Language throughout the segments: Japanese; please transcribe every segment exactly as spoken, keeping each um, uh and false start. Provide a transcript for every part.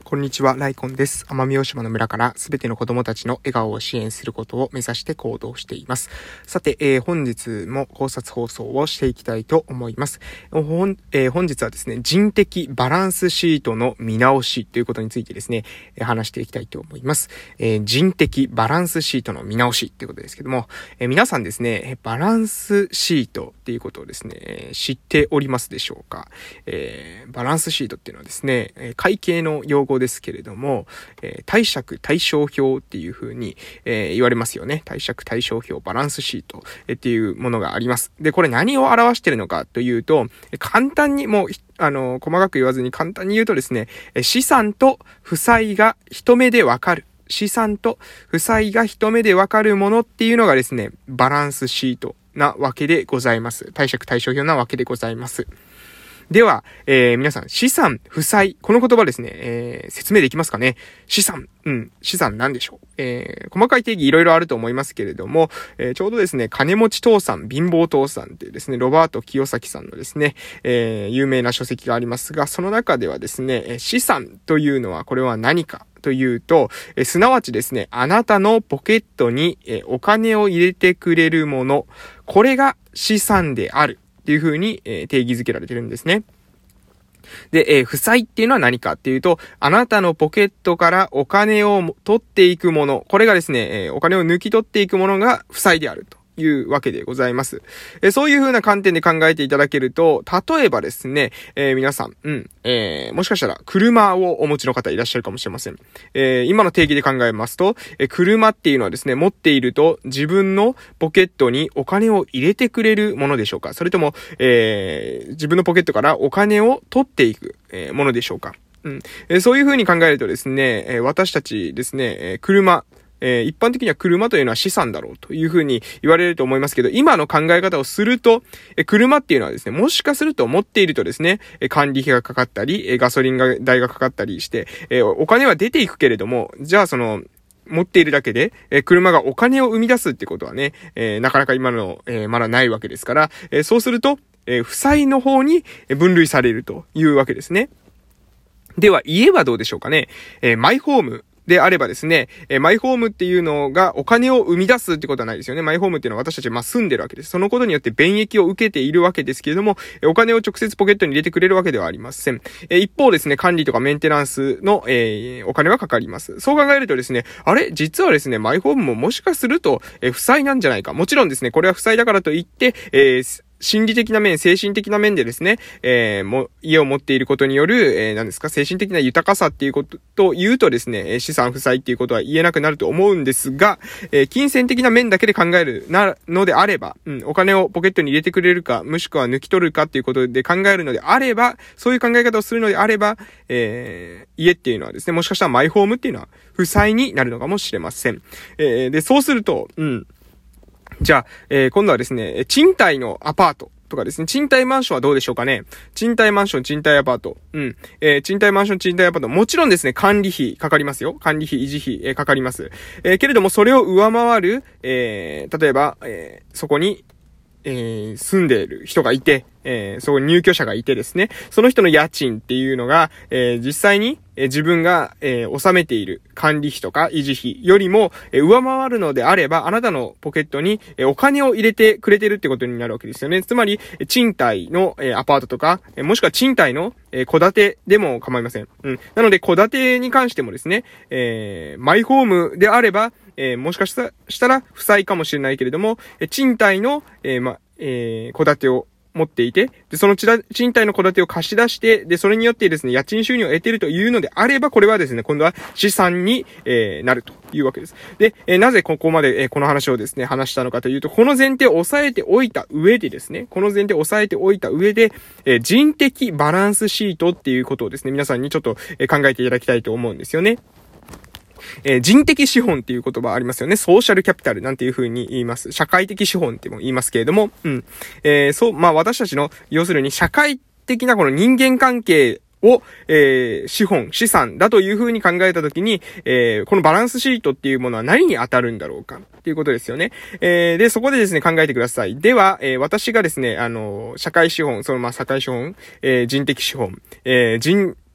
こんにちは、ライコンです。奄美大島の村からすべての子供たちの笑顔を支援することを目指して行動しています。さて、えー、本日も考察放送をしていきたいと思います。本、えー、本日はですね、人的バランスシートの見直しということについてですね、えー、話していきたいと思います。えー、人的バランスシートの見直しということですけども、えー、皆さんですね、バランスシートっていうことをですね、知っておりますでしょうか。えー、バランスシートっていうのはですね、会計の用語ですけれども、えー、貸借対照表っていう風に、えー、言われますよね。貸借対照表バランスシートっていうものがあります。で、これ何を表しているのかというと、簡単にもうあの細かく言わずに簡単に言うとですね、資産と負債が一目でわかる。資産と負債が一目でわかるものっていうのがですね、バランスシートなわけでございます。貸借対照表なわけでございます。では、えー、皆さん、資産、負債、この言葉ですね、えー、説明できますかね。資産、うん、資産なんでしょう。えー、細かい定義いろいろあると思いますけれども、えー、ちょうどですね、金持ち父さん、貧乏父さんっていうですね、ロバート清崎さんのですね、えー、有名な書籍がありますが、その中ではですね、資産というのはこれは何かというと、えすなわちですね、あなたのポケットにえお金を入れてくれるもの、これが資産であるっていう風に、えー、定義づけられてるんですね。で、えー、負債っていうのは何かっていうと、あなたのポケットからお金を取っていくもの、これがですね、えー、お金を抜き取っていくものが負債であるというわけでございます。えー、そういう風な観点で考えていただけると、例えばですね、えー、皆さん、うん、えー、もしかしたら車をお持ちの方いらっしゃるかもしれません。えー、今の定義で考えますと、えー、車っていうのはですね、持っていると自分のポケットにお金を入れてくれるものでしょうか。それとも、えー、自分のポケットからお金を取っていく、えー、ものでしょうか。うん、えー、そういう風に考えるとですね、えー、私たちですね、えー、車、えー、一般的には車というのは資産だろうというふうに言われると思いますけど、今の考え方をすると、えー、車っていうのはですね、もしかすると持っているとですね、えー、管理費がかかったり、えー、ガソリン代がかかったりして、えー、お金は出ていくけれども、じゃあその、持っているだけで、えー、車がお金を生み出すってことはね、えー、なかなか今の、えー、まだないわけですから、えー、そうすると、えー、負債の方に分類されるというわけですね。では、家はどうでしょうかね。えー、マイホーム。であればですね、えー、マイホームっていうのがお金を生み出すってことはないですよね。マイホームっていうのは私たちまあ住んでるわけです。そのことによって便益を受けているわけですけれども、えー、お金を直接ポケットに入れてくれるわけではありません。えー、一方ですね、管理とかメンテナンスの、えー、お金はかかります。そう考えるとですね、あれ実はですね、マイホームももしかすると、えー、負債なんじゃないか。もちろんですね、これは負債だからといって、えー心理的な面、精神的な面でですね、えー、も、家を持っていることによる、えー、何ですか、精神的な豊かさっていうことと言うとですね、資産負債っていうことは言えなくなると思うんですが、えー、金銭的な面だけで考えるな、のであれば、うん、お金をポケットに入れてくれるか、もしくは抜き取るかっていうことで考えるのであれば、そういう考え方をするのであれば、えー、家っていうのはですね、もしかしたらマイホームっていうのは負債になるのかもしれません。えー、で、そうすると、うん、じゃあ、えー、今度はですね、賃貸のアパートとかですね、賃貸マンションはどうでしょうかね。賃貸マンション、賃貸アパート。うん。えー、賃貸マンション、賃貸アパート。もちろんですね、管理費かかりますよ。管理費、維持費、えー、かかります。えー、けれども、それを上回る、えー、例えば、えー、そこに、えー、住んでいる人がいて、えー、そこに入居者がいてですね、その人の家賃っていうのが、えー、実際に、えー、自分が、えー、納めている管理費とか維持費よりも、えー、上回るのであれば、あなたのポケットに、えー、お金を入れてくれてるってことになるわけですよね。つまり、賃貸の、えー、アパートとか、えー、もしくは賃貸の、えー、戸建てでも構いません。うん。なので、戸建てに関してもですね、えー、マイホームであれば、えー、もしかしたら、したら負債かもしれないけれども、えー、賃貸の、えー、ま、えー、戸建てを持っていて、で、その賃貸の戸建てを貸し出して、で、それによってですね、家賃収入を得ているというのであれば、これはですね、今度は資産に、えー、なるというわけです。で、えー、なぜここまで、えー、この話をですね、話したのかというと、この前提を押さえておいた上でですね、この前提を押さえておいた上で、えー、人的バランスシートっていうことをですね、皆さんにちょっと、えー、考えていただきたいと思うんですよね。えー、人的資本っていう言葉ありますよね。ソーシャルキャピタルなんていう風に言います。社会的資本っても言いますけれども、うん。えー、そう、まあ私たちの、要するに社会的なこの人間関係を、えー、資本、資産だという風に考えたときに、えー、このバランスシートっていうものは何に当たるんだろうかっていうことですよね。えー、で、そこでですね、考えてください。では、えー、私がですね、あの、社会資本、そのまあ、社会資本、えー、人的資本、えー、人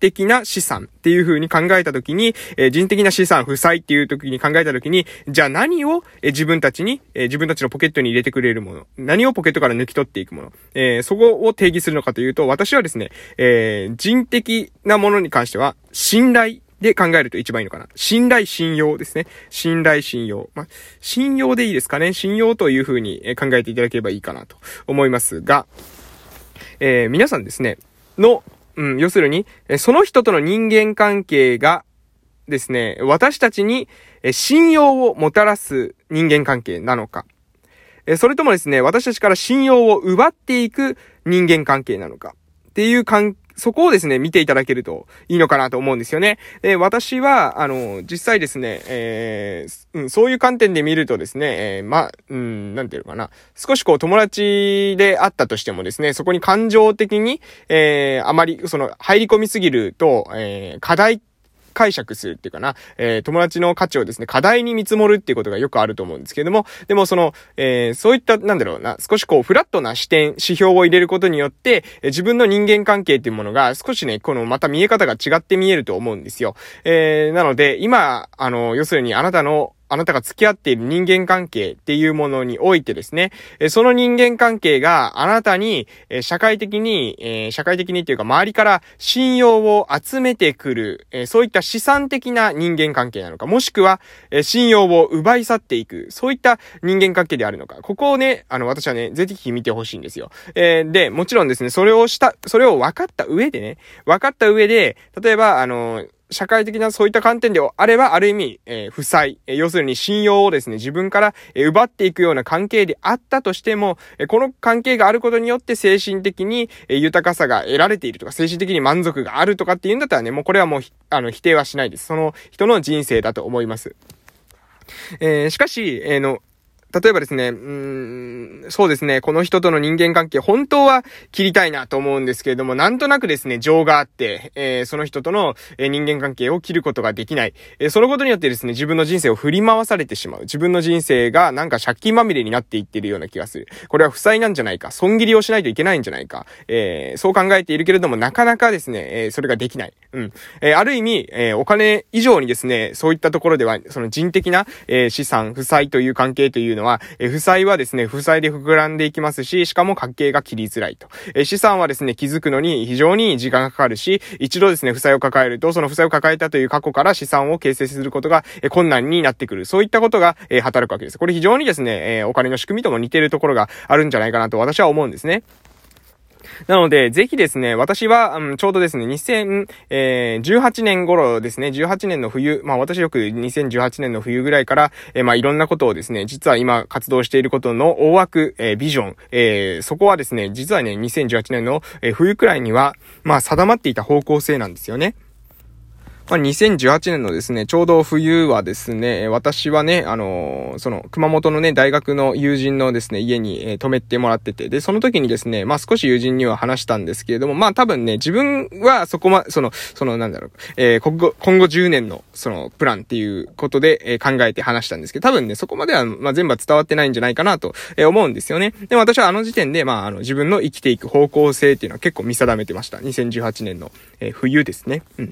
的な資産っていう風に考えたときに、えー、人的な資産負債っていう時に考えたときに、じゃあ何を、えー、自分たちに、えー、自分たちのポケットに入れてくれるもの、何をポケットから抜き取っていくもの、えー、そこを定義するのかというと、私はですね、えー、人的なものに関しては、信頼で考えると一番いいのかな。信頼、信用ですね。信頼、信用。まあ、信用でいいですかね。信用という風に考えていただければいいかなと思いますが、えー、皆さんですね、の、うん、要するに、その人との人間関係がですね、私たちに信用をもたらす人間関係なのか、それともですね、私たちから信用を奪っていく人間関係なのかっていう関そこをですね、見ていただけるといいのかなと思うんですよね。で、私は、あの、実際ですね、えーうん、そういう観点で見るとですね、えー、ま、うん、なんていうのかな。少しこう友達であったとしてもですね、そこに感情的に、えー、あまり、その、入り込みすぎると、えー、課題解釈するっていうかな、えー、友達の価値をですね、過大に見積もるっていうことがよくあると思うんですけれども、でもその、えー、そういった、なんだろうな、少しこう、フラットな視点、指標を入れることによって、えー、自分の人間関係っていうものが少しね、このまた見え方が違って見えると思うんですよ。えー、なので、今、あの、要するにあなたの、あなたが付き合っている人間関係っていうものにおいてですね、その人間関係があなたに社会的に、社会的にっていうか周りから信用を集めてくる、そういった資産的な人間関係なのか、もしくは信用を奪い去っていく、そういった人間関係であるのか、ここをね、あの私はね、ぜひ見てほしいんですよ。で、もちろんですね、それをした、それを分かった上でね、分かった上で、例えば、あの、社会的なそういった観点であれば、ある意味、えー、負債、えー、要するに信用をですね、自分から、えー、奪っていくような関係であったとしても、えー、この関係があることによって精神的に、えー、豊かさが得られているとか、精神的に満足があるとかっていうんだったらね、もうこれはもう、あの、否定はしないです。その人の人生だと思います。えー、しかし、えー、の、例えばですね、うーん、そうですね、この人との人間関係、本当は切りたいなと思うんですけれども、なんとなくですね、情があって、えー、その人との、えー、人間関係を切ることができない。えー、そのことによってですね、自分の人生を振り回されてしまう。自分の人生がなんか借金まみれになっていってるような気がする。これは負債なんじゃないか。損切りをしないといけないんじゃないか。えー、そう考えているけれども、なかなかですね、えー、それができない。うん。えー、ある意味、えー、お金以上にですね、そういったところでは、その人的な、えー、資産、負債という関係というのは、えー、負債はですね、負債で膨らんでいきますし、しかも家計が切りづらいと。えー、資産はですね、気づくのに非常に時間がかかるし、一度ですね、負債を抱えると、その負債を抱えたという過去から資産を形成することが、えー、困難になってくる。そういったことが、えー、働くわけです。これ非常にですね、えー、お金の仕組みとも似ているところがあるんじゃないかなと私は思うんですね。なので、ぜひですね、私は、うん、ちょうどですね、にせんじゅうはちねん頃ですね、じゅうはちねんの冬、まあ私よくにせんじゅうはちねんの冬ぐらいから、えー、まあいろんなことをですね、実は今活動していることの大枠、えー、ビジョン、えー、そこはですね、実はね、にせんじゅうはちねんの、えー、冬くらいには、まあ定まっていた方向性なんですよね。まあ、にせんじゅうはちねんのですね、ちょうど冬はですね、私はね、あのー、その、熊本のね、大学の友人のですね、家に、えー、泊めてもらってて、で、その時にですね、まあ、少し友人には話したんですけれども、まあ、多分ね、自分はそこま、その、その、なんだろう、えー、今後、今後じゅうねんの、その、プランっていうことで、えー、考えて話したんですけど、多分ね、そこまでは、まあ、全部は伝わってないんじゃないかなと、えー、思うんですよね。で、私はあの時点で、まあ、あの、自分の生きていく方向性っていうのは結構見定めてました。にせんじゅうはちねんの、えー、冬ですね。うん。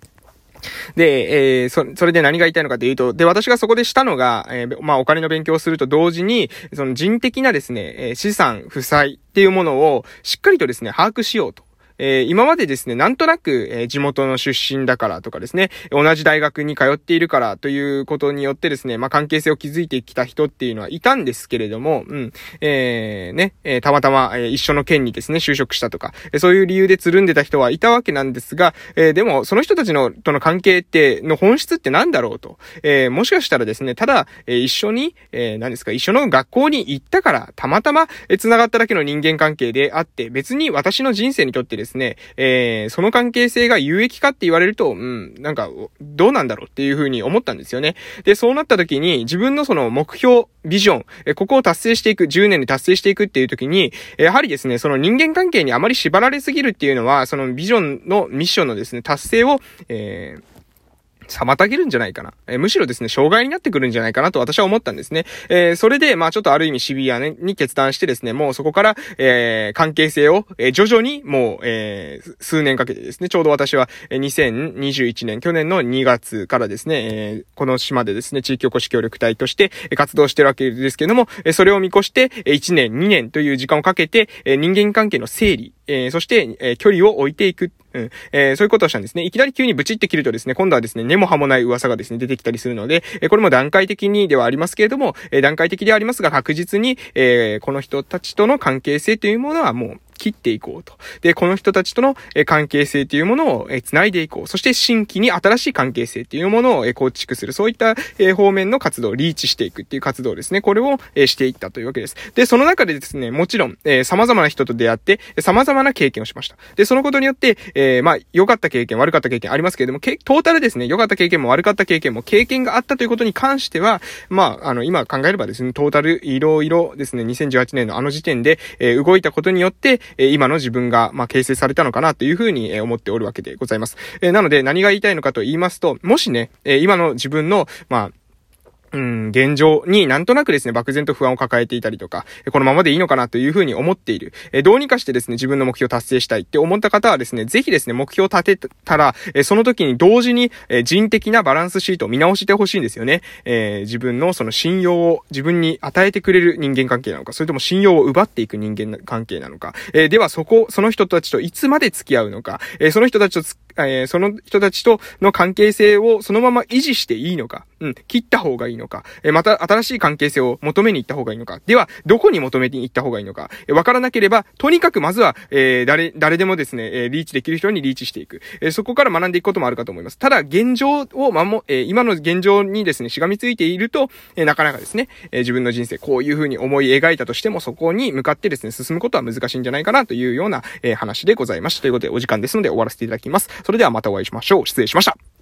で、えー、そ、それで何が言いたいのかというと、で、私がそこでしたのが、えー、まあ、お金の勉強をすると同時に、その人的なですね、えー、資産、負債っていうものをしっかりとですね、把握しようと。えー、今までですね、なんとなく、えー、地元の出身だからとかですね、同じ大学に通っているからということによってですね、まあ、関係性を築いてきた人っていうのはいたんですけれども、うん、えー、ね、えー、たまたま、えー、一緒の県にですね、就職したとか、えー、そういう理由でつるんでた人はいたわけなんですが、えー、でも、その人たちの、との関係って、の本質って何だろうと、えー、もしかしたらですね、ただ、えー、一緒に、えー、何ですか、一緒の学校に行ったから、たまたま、えー、繋がっただけの人間関係であって、別に私の人生にとってですね、えー、その関係性が有益かって言われると、うん、なんか、どうなんだろうっていうふうに思ったんですよね。で、そうなった時に、自分のその目標、ビジョン、えここを達成していく、じゅうねんに達成していくっていう時に、やはりですね、その人間関係にあまり縛られすぎるっていうのは、そのビジョンのミッションのですね、達成を、えー妨げるんじゃないかな。えー、むしろですね、障害になってくるんじゃないかなと私は思ったんですね。えー、それで、まあちょっとある意味シビアに決断してですね、もうそこから、えー、関係性を、えー、徐々にもう、えー、数年かけてですね、ちょうど私は、えー、にせんにじゅういちねん、去年のにがつからですね、えー、この島でですね、地域おこし協力隊として、えー、活動してるわけですけども、えー、それを見越して、えー、いちねん、にねんという時間をかけて、えー、人間関係の整理、えー、そして、えー、距離を置いていく。うん。えー、そういうことをしたんですね。いきなり急にブチって切るとですね、今度はですね、根も葉もない噂がですね、出てきたりするので、えー、これも段階的にではありますけれども、えー、段階的ではありますが、確実に、えー、この人たちとの関係性というものはもう、切っていこうと。で、この人たちとの関係性というものを繋いでいこう。そして新規に新しい関係性というものを構築する。そういった方面の活動をリーチしていくっていう活動ですね。これをしていったというわけです。で、その中でですね、もちろん、えー、様々な人と出会って、様々な経験をしました。で、そのことによって、えー、まあ、良かった経験、悪かった経験ありますけれども、トータルですね、良かった経験も悪かった経験も経験があったということに関しては、まあ、あの、今考えればですね、トータルいろいろですね、にせんじゅうはちねんのあの時点で、えー、動いたことによって、えー、今の自分が、まあ、形成されたのかなというふうに思っておるわけでございます。えー、なので何が言いたいのかと言いますと、もしね、えー、今の自分の、まあ、うん、現状になんとなくですね、漠然と不安を抱えていたりとか、このままでいいのかなというふうに思っている。え、どうにかしてですね、自分の目標を達成したいって思った方はですね、ぜひですね、目標を立てたら、え、その時に同時に、え、人的なバランスシートを見直してほしいんですよね。えー、自分のその信用を自分に与えてくれる人間関係なのか、それとも信用を奪っていく人間関係なのか。えー、ではそこ、その人たちといつまで付き合うのか。えー、その人たちとつえー、その人たちとの関係性をそのまま維持していいのか、うん、切った方がいいのか、えー、また新しい関係性を求めに行った方がいいのか、では、どこに求めに行った方がいいのか、えー、わからなければ、とにかくまずは、えー、誰、誰でもですね、えー、リーチできる人にリーチしていく、えー、そこから学んでいくこともあるかと思います。ただ、現状を守、えー、今の現状にですね、しがみついていると、えー、なかなかですね、えー、自分の人生、こういう風に思い描いたとしても、そこに向かってですね、進むことは難しいんじゃないかなというような、えー、話でございました。ということで、お時間ですので終わらせていただきます。それではまたお会いしましょう。失礼しました。